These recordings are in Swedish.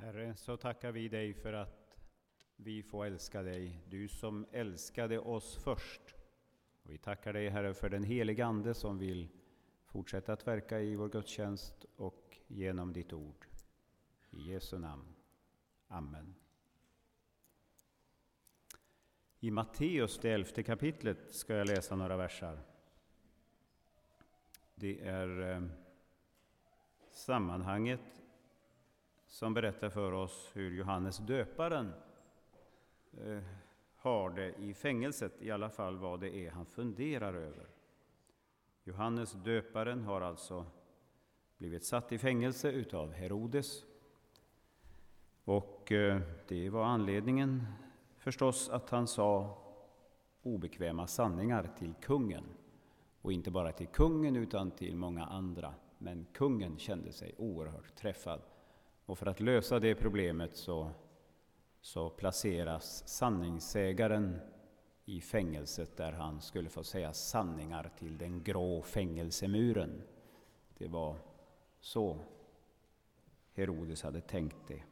Herre, så tackar vi dig för att vi får älska dig, du som älskade oss först. Och vi tackar dig, Herre, för den heliga Ande som vill fortsätta att verka i vår gudstjänst och genom ditt ord. I Jesu namn. Amen. I Matteus, det 11:e kapitlet, ska jag läsa några versar. Det är sammanhanget som berättar för oss hur Johannes döparen har det i fängelset, i alla fall vad det är han funderar över. Johannes döparen har alltså blivit satt i fängelse utav Herodes. Och det var anledningen förstås att han sa obekväma sanningar till kungen. Och inte bara till kungen utan till många andra. Men kungen kände sig oerhört träffad. Och för att lösa det problemet så placeras sanningssägaren i fängelset där han skulle få säga sanningar till den grå fängelsemuren. Det var så Herodes hade tänkt det.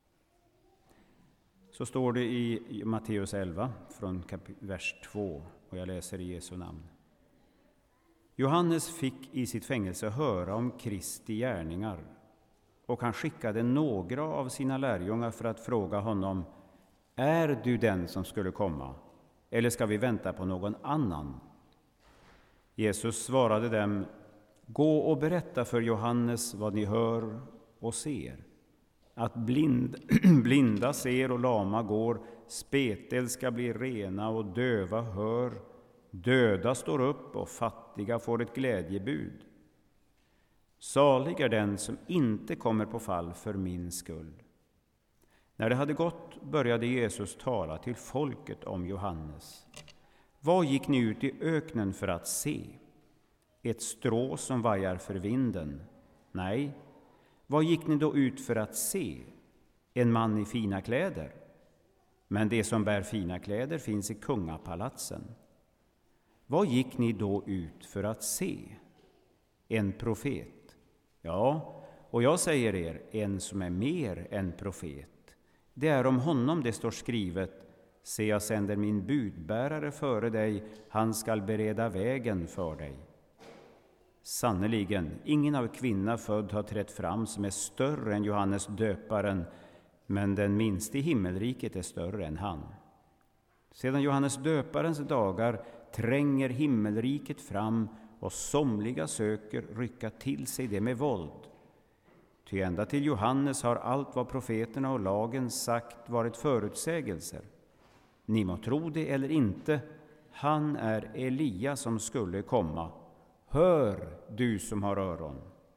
Så står det i Matteus 11 från vers 2, och jag läser i Jesu namn. Johannes fick i sitt fängelse höra om Kristi gärningar, och han skickade några av sina lärjungar för att fråga honom: är du den som skulle komma, eller ska vi vänta på någon annan? Jesus svarade dem: gå och berätta för Johannes vad ni hör och ser. Att blinda ser och lama går, spetälska blir rena och döva hör, döda står upp och fattiga får ett glädjebud. Salig är den som inte kommer på fall för min skull. När det hade gått började Jesus tala till folket om Johannes. Vad gick ni ut i öknen för att se? Ett strå som vajar för vinden? Nej. Vad gick ni då ut för att se? En man i fina kläder? Men det som bär fina kläder finns i kungapalatsen. Vad gick ni då ut för att se? En profet? Ja, och jag säger er, en som är mer än profet. Det är om honom det står skrivet: se, jag sänder min budbärare före dig, han skall bereda vägen för dig. Sannerligen, ingen av kvinna född har trätt fram som är större än Johannes döparen, men den minste i himmelriket är större än han. Sedan Johannes döparens dagar tränger himmelriket fram, och somliga söker rycka till sig det med våld. Ty ända till Johannes har allt vad profeterna och lagen sagt varit förutsägelser. Ni må tro det eller inte, han är Elia som skulle komma. Hör, du som har öron.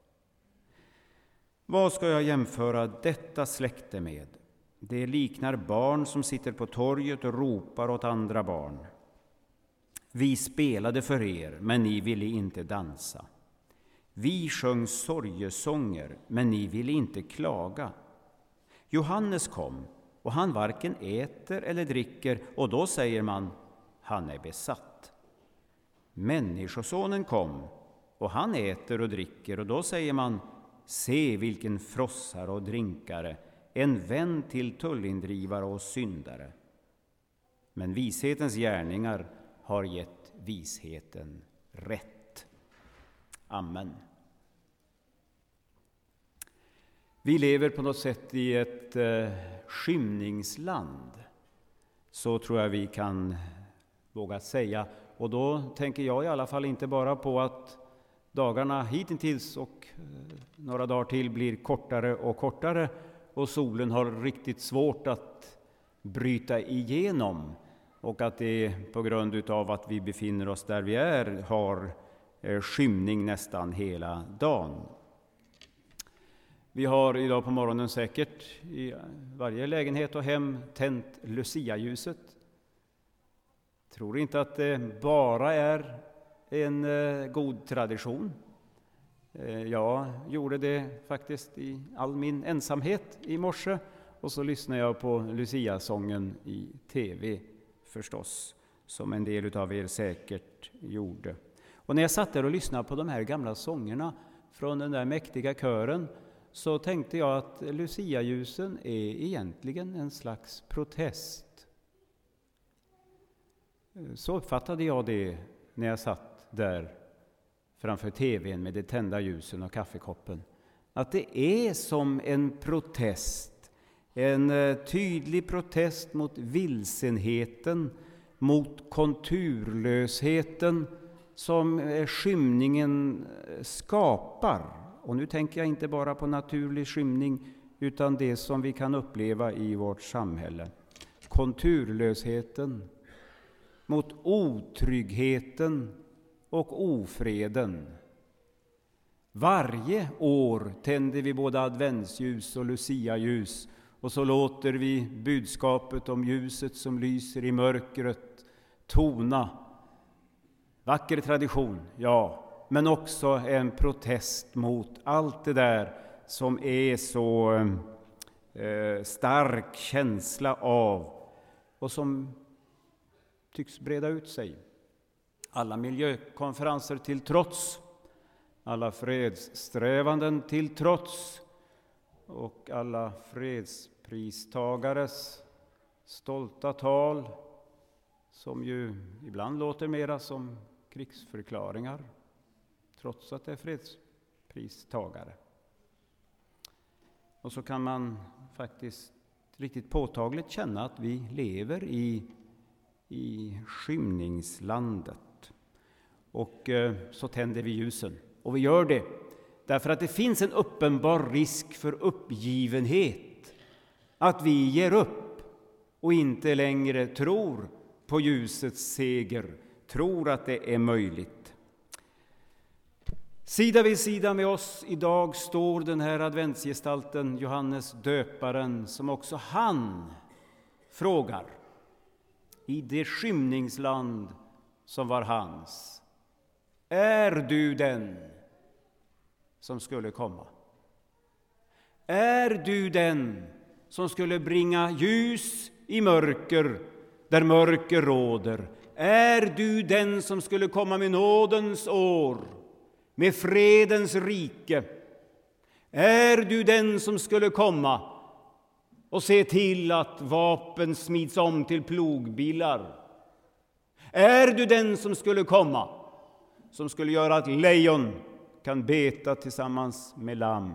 Vad ska jag jämföra detta släkte med? Det liknar barn som sitter på torget och ropar åt andra barn. Vi spelade för er, men ni ville inte dansa. Vi sjöng sorgesånger, men ni ville inte klaga. Johannes kom, och han varken äter eller dricker, och då säger man: han är besatt. Människosonen kom, och han äter och dricker, och då säger man: se vilken frossare och drinkare, en vän till tullindrivare och syndare. Men vishetens gärningar har gett visheten rätt. Amen. Vi lever på något sätt i ett skymningsland. Så tror jag vi kan våga säga. Och då tänker jag i alla fall inte bara på att dagarna hittills och några dagar till blir kortare och kortare, och solen har riktigt svårt att bryta igenom, och att det på grund av att vi befinner oss där vi är har skymning nästan hela dagen. Vi har idag på morgonen säkert i varje lägenhet och hem tänt Lucia-ljuset. Tror inte att det bara är en god tradition. Jag gjorde det faktiskt i all min ensamhet i morse, och så lyssnade jag på Lucia-sången i tv förstås, som en del av er säkert gjorde. Och när jag satt där och lyssnade på de här gamla sångerna från den där mäktiga kören, så tänkte jag att Lucia-ljusen är egentligen en slags protest. Så uppfattade jag det när jag satt där framför tvn med de tända ljusen och kaffekoppen. Att det är som en protest, en tydlig protest mot vilsenheten, mot konturlösheten som skymningen skapar. Och nu tänker jag inte bara på naturlig skymning, utan det som vi kan uppleva i vårt samhälle. Konturlösheten, mot otryggheten och ofreden. Varje år tänder vi både adventsljus och lucialjus, och så låter vi budskapet om ljuset som lyser i mörkret tona. Vacker tradition, ja, men också en protest mot allt det där som är så stark känsla av och som tycks breda ut sig. Alla miljökonferenser till trots, alla fredssträvanden till trots och alla fredspristagares stolta tal, som ju ibland låter mera som krigsförklaringar, trots att det är fredspristagare. Och så kan man faktiskt riktigt påtagligt känna att vi lever i skymningslandet. Och så tänder vi ljusen. Och vi gör det därför att det finns en uppenbar risk för uppgivenhet. Att vi ger upp och inte längre tror på ljusets seger, tror att det är möjligt. Sida vid sida med oss idag står den här adventsgestalten Johannes döparen, som också han frågar i det skymningsland som var hans: är du den som skulle komma? Är du den som skulle bringa ljus i mörker där mörker råder? Är du den som skulle komma med nådens år, med fredens rike? Är du den som skulle komma och se till att vapen smids om till plogbilar? Är du den som skulle komma, som skulle göra att lejon kan beta tillsammans med lamm?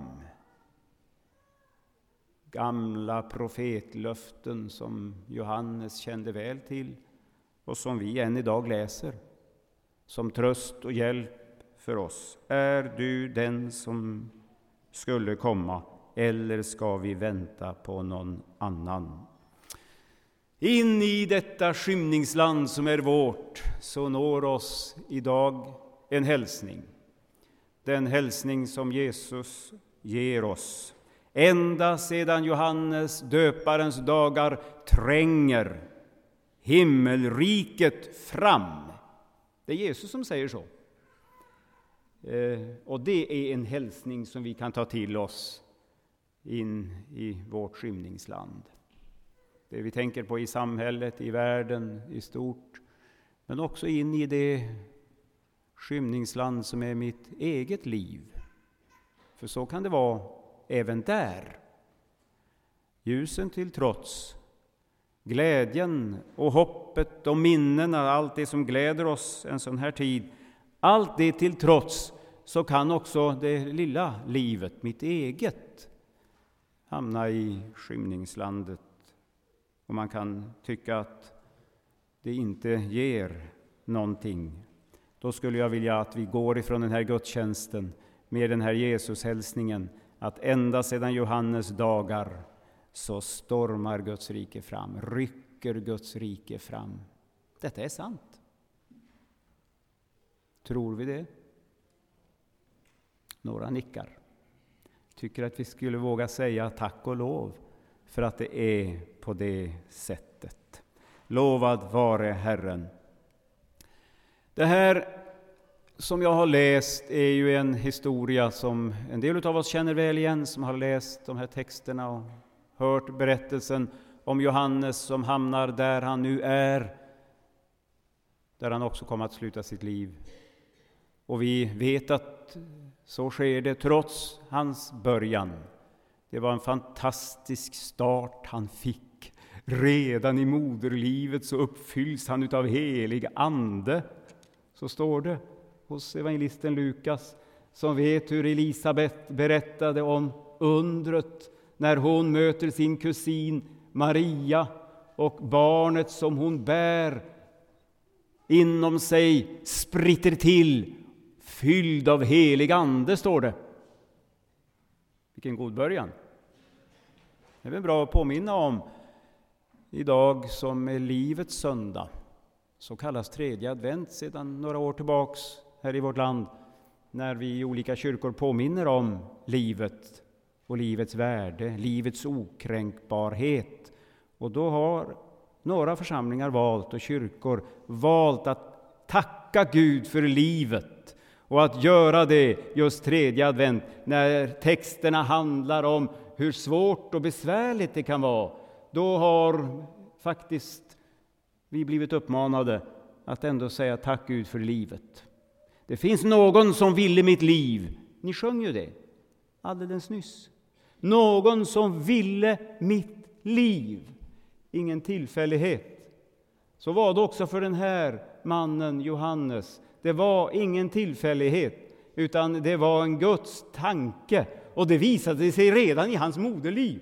Gamla profetlöften som Johannes kände väl till och som vi än idag läser som tröst och hjälp för oss. Är du den som skulle komma, eller ska vi vänta på någon annan? In i detta skymningsland som är vårt så når oss idag en hälsning. Den hälsning som Jesus ger oss. Ända sedan Johannes döparens dagar tränger himmelriket fram. Det är Jesus som säger så. Och det är en hälsning som vi kan ta till oss in i vårt skymningsland. Det vi tänker på i samhället, i världen i stort, men också in i det skymningsland som är mitt eget liv. För så kan det vara även där. Ljusen till trots, glädjen och hoppet och minnena, allt det som gläder oss en sån här tid, allt det till trots, så kan också det lilla livet, mitt eget, hamna i skymningslandet. Och man kan tycka att det inte ger någonting. Då skulle jag vilja att vi går ifrån den här gudstjänsten med den här Jesus-hälsningen, att ända sedan Johannes dagar så stormar Guds rike fram, rycker Guds rike fram. Detta är sant. Tror vi det? Några nickar. Tycker att vi skulle våga säga tack och lov för att det är på det sättet. Lovad vare Herren. Det här som jag har läst är ju en historia som en del av oss känner väl igen, som har läst de här texterna och hört berättelsen om Johannes som hamnar där han nu är, där han också kommer att sluta sitt liv. Och vi vet att Så sker det trots hans början. Det var en fantastisk start han fick. Redan i moderlivet så uppfylls han utav helig ande. Så står det hos evangelisten Lukas, som vet hur Elisabet berättade om undret när hon möter sin kusin Maria och barnet som hon bär inom sig spritter till, fylld av helig ande, står det. Vilken god början. Det är väl bra att påminna om idag som är livets söndag. Så kallas tredje advent sedan några år tillbaks här i vårt land, när vi i olika kyrkor påminner om livet och livets värde, livets okränkbarhet. Och då har några församlingar valt och kyrkor valt att tacka Gud för livet, och att göra det just tredje advent när texterna handlar om hur svårt och besvärligt det kan vara. Då har faktiskt vi blivit uppmanade att ändå säga tack Gud för livet. Det finns någon som ville mitt liv. Ni sjöng ju det alldeles nyss. Någon som ville mitt liv. Ingen tillfällighet. Så var det också för den här mannen Johannes. Det var ingen tillfällighet, utan det var en Guds tanke. Och det visade sig redan i hans moderliv.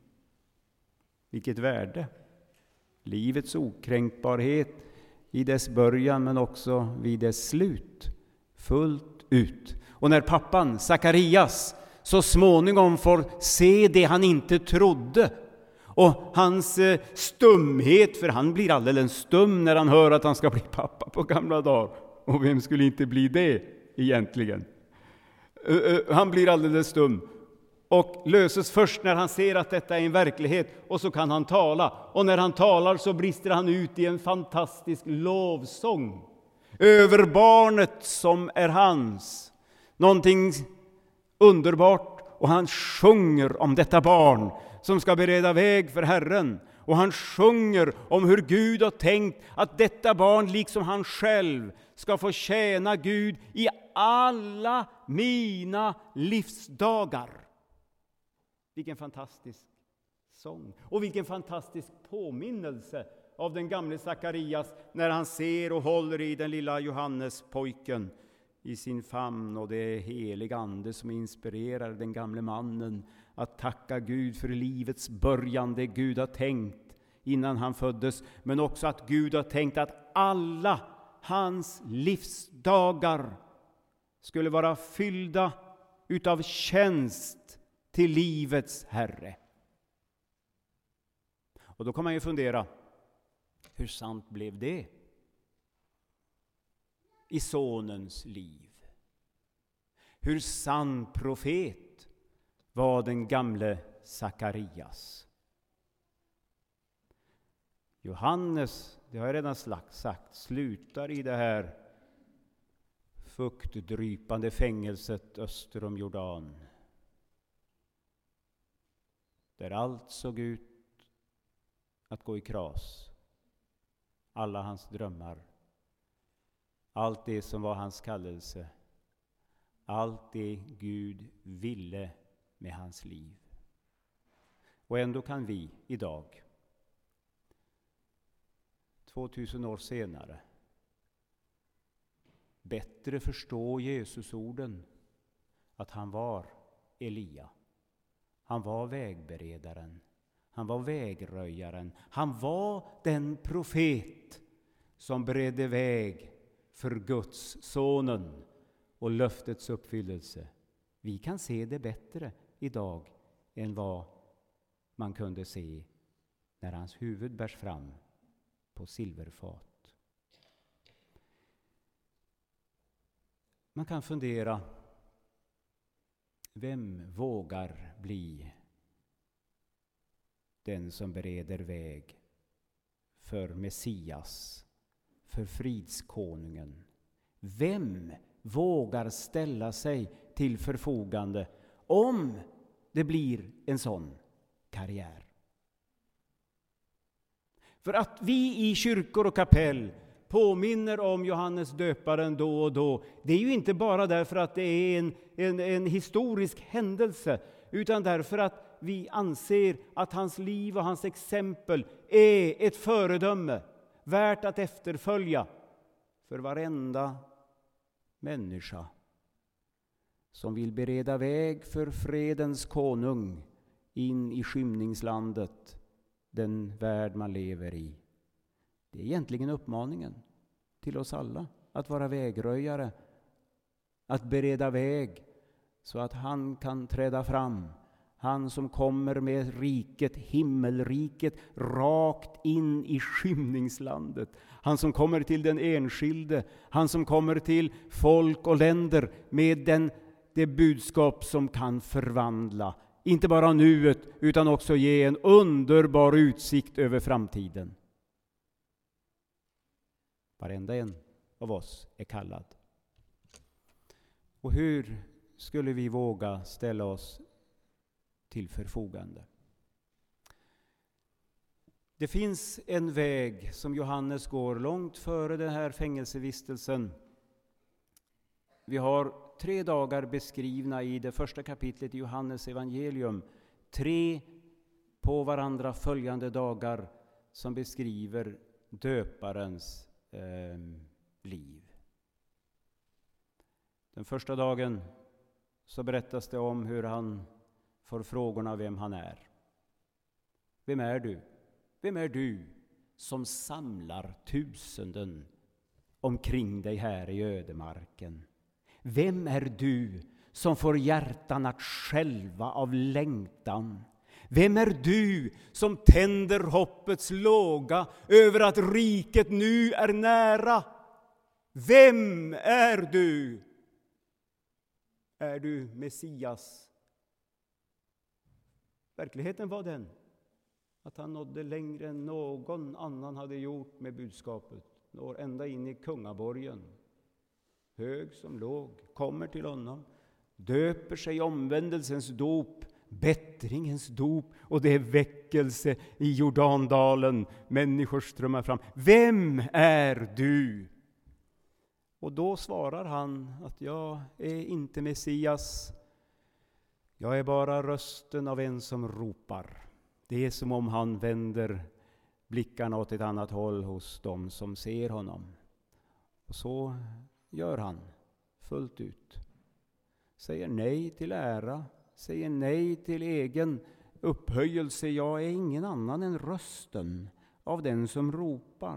Vilket värde! Livets okränkbarhet i dess början, men också vid dess slut. Fullt ut. Och när pappan Sakarias så småningom får se det han inte trodde, och hans stumhet, för han blir alldeles stum när han hör att han ska bli pappa på gamla dagar. Och vem skulle inte bli det egentligen? Han blir alldeles stum och löses först när han ser att detta är en verklighet, och så kan han tala. Och när han talar så brister han ut i en fantastisk lovsång över barnet som är hans. Någonting underbart, och han sjunger om detta barn som ska bereda väg för Herren. Och han sjunger om hur Gud har tänkt att detta barn, liksom han själv, ska få tjäna Gud i alla mina livsdagar. Vilken fantastisk sång. Och vilken fantastisk påminnelse av den gamle Sakarias när han ser och håller i den lilla Johannes pojken i sin famn. Och det är helig ande som inspirerar den gamle mannen att tacka Gud för livets början, det Gud har tänkt innan han föddes. Men också att Gud har tänkt att alla hans livsdagar skulle vara fyllda utav tjänst till livets Herre. Och då kan man ju fundera, hur sant blev det i sonens liv? Hur sann profet var den gamle Sakarias? Johannes, det har jag redan sagt, slutar i det här fuktdrypande fängelset öster om Jordan, där allt såg ut att gå i kras. Alla hans drömmar, allt det som var hans kallelse, allt det Gud ville med hans liv. Och ändå kan vi idag, 2000 år senare, bättre förstå Jesusorden att han var Elia. Han var vägberedaren. Han var vägröjaren. Han var den profet som beredde väg för Guds sonen och löftets uppfyllelse. Vi kan se det bättre idag än vad man kunde se när hans huvud bärs fram på silverfat. Man kan fundera, vem vågar bli den som bereder väg för Messias, för fridskonungen? Vem vågar ställa sig till förfogande om det blir en sån karriär? För att vi i kyrkor och kapell påminner om Johannes döparen då och då, det är ju inte bara därför att det är en historisk händelse, utan därför att vi anser att hans liv och hans exempel är ett föredöme värt att efterfölja för varenda människa som vill bereda väg för fredens konung in i skymningslandet, den värld man lever i. Det är egentligen uppmaningen till oss alla att vara vägröjare, att bereda väg så att han kan träda fram. Han som kommer med riket, himmelriket, rakt in i skymningslandet. Han som kommer till den enskilde, han som kommer till folk och länder med det budskap som kan förvandla. Inte bara nuet, utan också ge en underbar utsikt över framtiden. Varenda en av oss är kallad. Och hur skulle vi våga ställa oss till förfogande? Det finns en väg som Johannes går långt före den här fängelsevistelsen. Vi har 3 dagar beskrivna i det första kapitlet i Johannes evangelium. 3 på varandra följande dagar som beskriver döparens liv. Den första dagen så berättas det om hur han får frågorna vem han är. Vem är du? Vem är du som samlar tusenden omkring dig här i ödemarken? Vem är du som får hjärtan att skälva av längtan? Vem är du som tänder hoppets låga över att riket nu är nära? Vem är du? Är du Messias? Verkligheten var den att han nådde längre än någon annan hade gjort med budskapet. Når ända in i kungaborgen. Hög som låg kommer till honom, döper sig i omvändelsens dop, bättringens dop, och det är väckelse i Jordandalen. Människor strömmar fram. Vem är du? Och då svarar han att jag är inte Messias. Jag är bara rösten av en som ropar. Det är som om han vänder blickarna åt ett annat håll hos dem som ser honom. Och så gör han fullt ut. Säger nej till ära, säger nej till egen upphöjelse. Jag är ingen annan än rösten av den som ropar.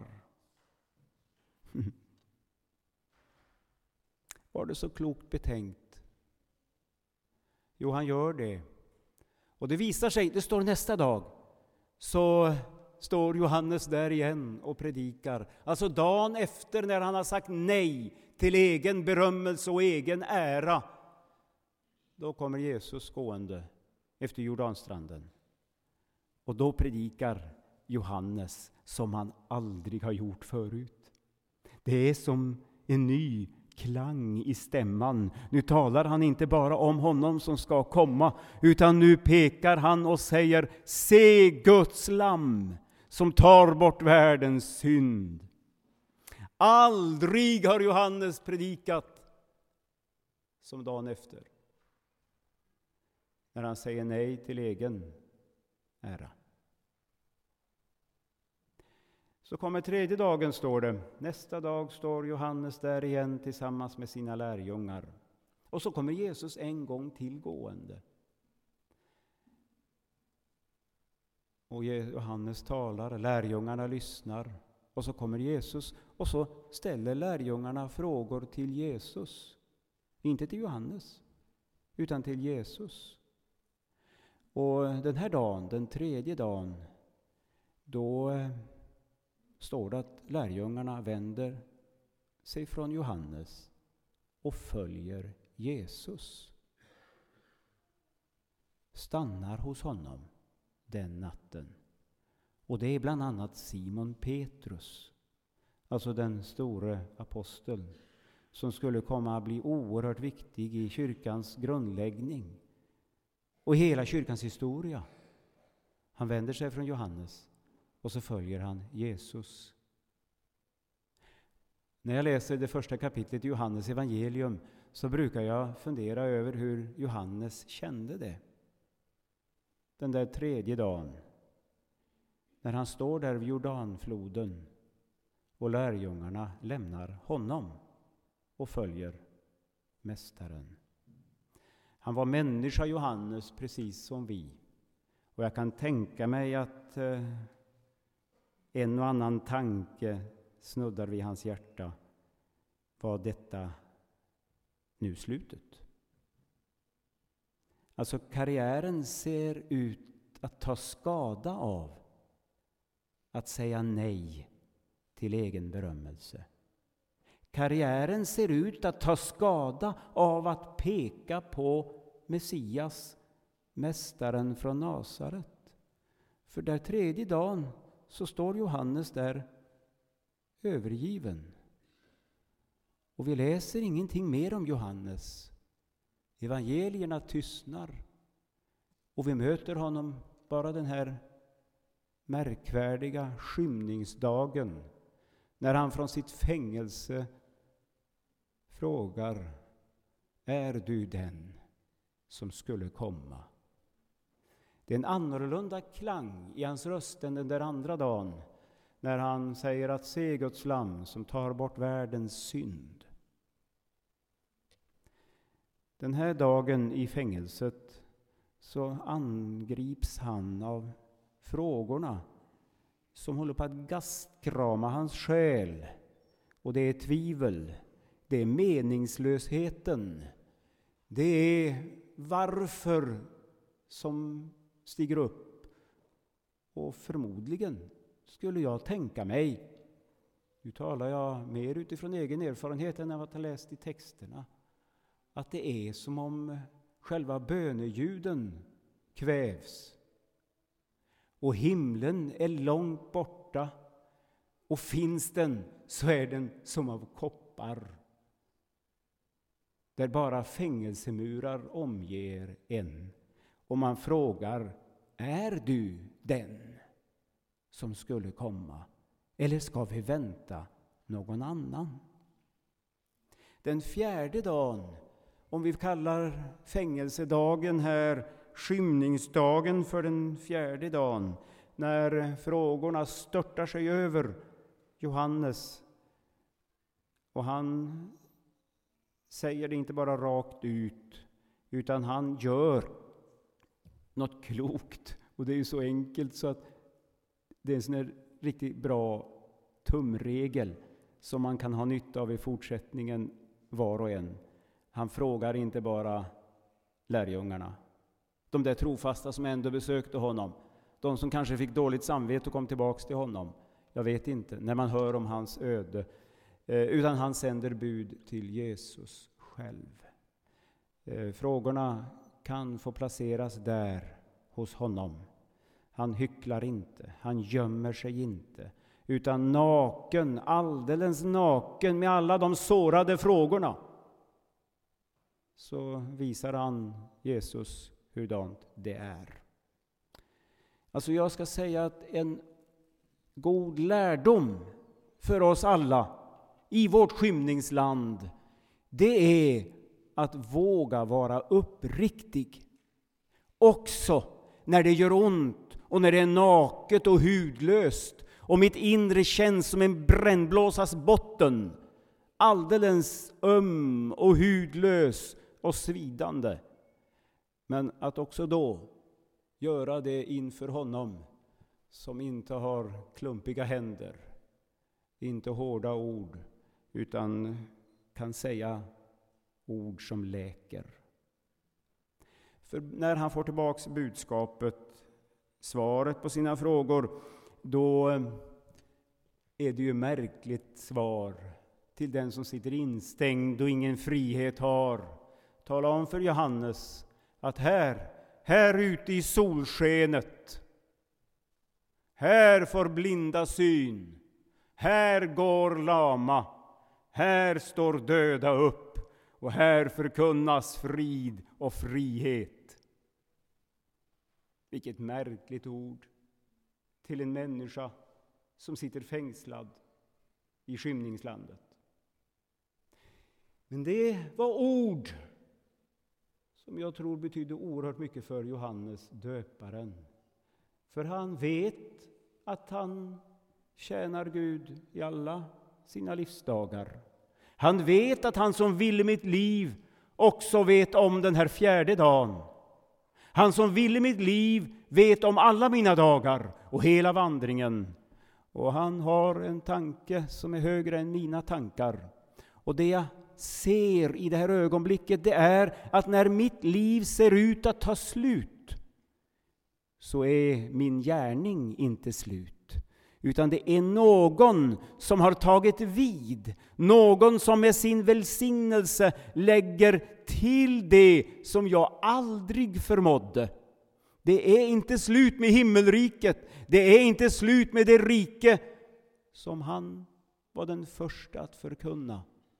Var det så klokt betänkt? Jo, han gör det. Och det visar sig, det står nästa dag, så står Johannes där igen och predikar. Alltså dagen efter, när han har sagt nej till egen berömmelse och egen ära, då kommer Jesus gående efter Jordanstranden. Och då predikar Johannes som han aldrig har gjort förut. Det är som en ny klang i stämman. Nu talar han inte bara om honom som ska komma, utan nu pekar han och säger: se Guds lamm som tar bort världens synd. Aldrig har Johannes predikat som dagen efter, när han säger nej till egen ära. Så kommer 3:e dagen, står det. Nästa dag står Johannes där igen tillsammans med sina lärjungar. Och så kommer Jesus en gång till gående. Och Johannes talar, lärjungarna lyssnar. Och så kommer Jesus och så ställer lärjungarna frågor till Jesus. Inte till Johannes, utan till Jesus. Och den här dagen, den 3:e dagen, då står det att lärjungarna vänder sig från Johannes och följer Jesus. Stannar hos honom den natten. Och det är bland annat Simon Petrus, alltså den store aposteln, som skulle komma att bli oerhört viktig i kyrkans grundläggning och hela kyrkans historia. Han vänder sig från Johannes och så följer han Jesus. När jag läser det första kapitlet i Johannes evangelium så brukar jag fundera över hur Johannes kände det. Den där tredje dagen, när han står där vid Jordanfloden och lärjungarna lämnar honom och följer mästaren. Han var människa, Johannes, precis som vi. Och jag kan tänka mig att en och annan tanke snuddar vid hans hjärta. Var detta nu slutet? Alltså karriären ser ut att ta skada av att säga nej till egen berömmelse. Karriären ser ut att ta skada av att peka på Messias, mästaren från Nasaret. För där tredje dagen så står Johannes där övergiven. Och vi läser ingenting mer om Johannes. Evangelierna tystnar. Och vi möter honom bara den här märkvärdiga skymningsdagen, när han från sitt fängelse frågar: är du den som skulle komma? Det är en annorlunda klang i hans röst än den där andra dagen, när han säger att se Guds lamm som tar bort världens synd. Den här dagen i fängelset så angrips han av frågorna som håller på att gastkrama hans själ. Och det är tvivel, det är meningslösheten, det är varför som stiger upp. Och förmodligen skulle jag tänka mig, nu talar jag mer utifrån egen erfarenhet än vad jag läst i texterna, att det är som om själva böneljuden kvävs. Och himlen är långt borta, och finns den så är den som av koppar, där bara fängelsemurar omger en. Och man frågar: är du den som skulle komma? Eller ska vi vänta någon annan? Den fjärde dagen, om vi kallar fängelsedagen här skymningsdagen för den fjärde dagen, när frågorna störtar sig över Johannes, och han säger det inte bara rakt ut, utan han gör något klokt. Och det är ju så enkelt så att det är en sån här riktigt bra tumregel som man kan ha nytta av i fortsättningen var och en. Han frågar inte bara lärjungarna, de där trofasta som ändå besökte honom, de som kanske fick dåligt samvete och kom tillbaks till honom, jag vet inte, när man hör om hans öde, utan han sänder bud till Jesus själv. Frågorna kan få placeras där hos honom. Han hycklar inte, han gömmer sig inte, utan naken, alldeles naken med alla de sårade frågorna, så visar han Jesus hurdant det är. Alltså jag ska säga att en god lärdom för oss alla i vårt skymningsland, det är att våga vara uppriktig. Också när det gör ont och när det är naket och hudlöst och mitt inre känns som en brännblåsas botten, alldeles öm och hudlös och svidande. Men att också då göra det inför honom som inte har klumpiga händer, inte hårda ord, utan kan säga ord som läker. För när han får tillbaks budskapet, svaret på sina frågor, då är det ju märkligt svar till den som sitter instängd och ingen frihet har. Tala om för Johannes att här ute i solskenet, här får blinda syn, här går lama, här står döda upp och här förkunnas frid och frihet. Vilket märkligt ord till en människa som sitter fängslad i skymningslandet. Men det var ord som jag tror betydde oerhört mycket för Johannes döparen. För han vet att han tjänar Gud i alla sina livsdagar. Han vet att han som ville mitt liv också vet om den här 4:e dagen. Han som ville mitt liv vet om alla mina dagar och hela vandringen. Och han har en tanke som är högre än mina tankar. Och det jag ser i det här ögonblicket, det är att när mitt liv ser ut att ta slut, så är min gärning inte slut. Utan det är någon som har tagit vid. Någon som med sin välsignelse lägger till det som jag aldrig förmådde. Det är inte slut med himmelriket. Det är inte slut med det rike som han var den första att förkunna.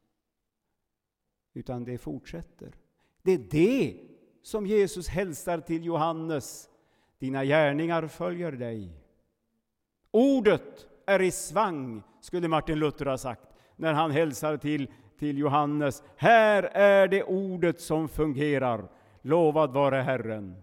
Utan det fortsätter. Det är det som Jesus hälsar till Johannes. Dina gärningar följer dig. Ordet är i svang, skulle Martin Luther ha sagt när han hälsar till Johannes. Här är det ordet som fungerar. Lovad vare Herren.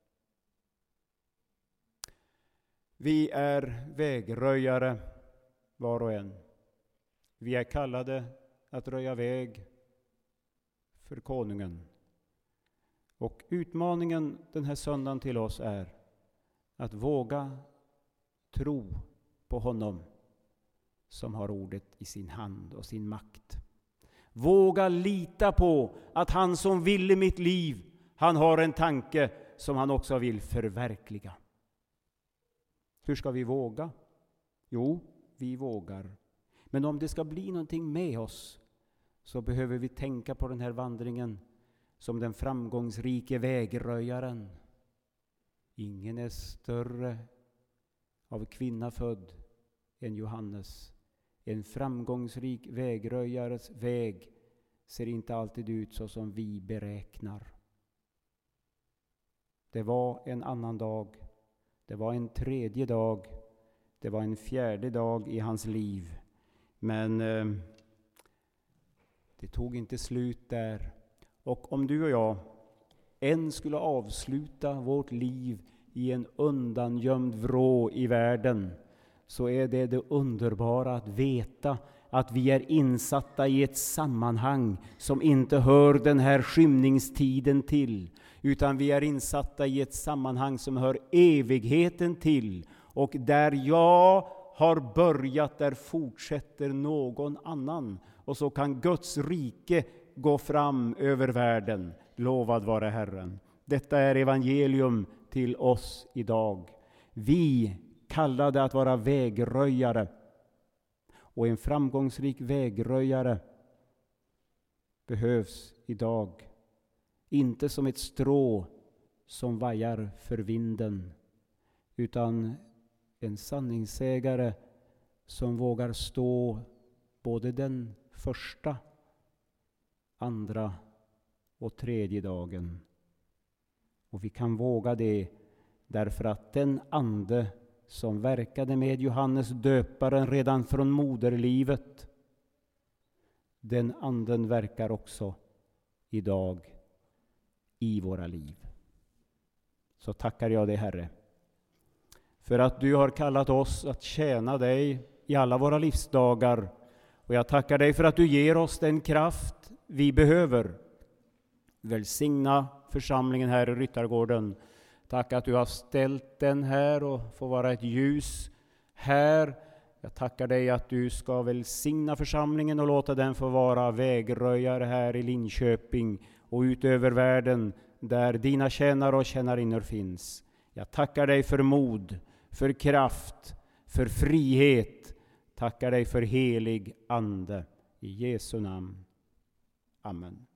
Vi är vägröjare var och en. Vi är kallade att röja väg för konungen. Och utmaningen den här söndagen till oss är att våga tro på honom som har ordet i sin hand och sin makt. Våga lita på att han som ville mitt liv, han har en tanke som han också vill förverkliga. Hur ska vi våga? Jo, vi vågar. Men om det ska bli någonting med oss, så behöver vi tänka på den här vandringen som den framgångsrike vägröjaren. Ingen är större av kvinna född än Johannes. En framgångsrik vägröjares väg ser inte alltid ut så som vi beräknar. Det var en annan dag. Det var en 3:e dag. Det var en 4:e dag i hans liv. Men det tog inte slut där. Och om du och jag än skulle avsluta vårt liv i en undangömd vrå i världen, så är det underbara att veta att vi är insatta i ett sammanhang som inte hör den här skymningstiden till, utan vi är insatta i ett sammanhang som hör evigheten till. Och där jag har börjat, där fortsätter någon annan. Och så kan Guds rike gå fram över världen. Lovad vare Herren. Detta är evangelium till oss idag. Vi kallade att vara vägröjare. Och en framgångsrik vägröjare behövs idag. Inte som ett strå som vajar för vinden, utan en sanningssägare som vågar stå både den första, andra och 3:e dagen. Och vi kan våga det därför att den ande som verkade med Johannes döparen redan från moderlivet, den anden verkar också idag i våra liv. Så tackar jag dig, Herre, för att du har kallat oss att tjäna dig i alla våra livsdagar. Och jag tackar dig för att du ger oss den kraft vi behöver. Välsigna församlingen här i Ryttargården. Tack att du har ställt den här och får vara ett ljus här. Jag tackar dig att du ska välsigna församlingen och låta den få vara vägröjare här i Linköping och ut över världen där dina tjänare och tjänarinnor finns. Jag tackar dig för mod, för kraft, för frihet. Tackar dig för helig ande. I Jesu namn. Amen.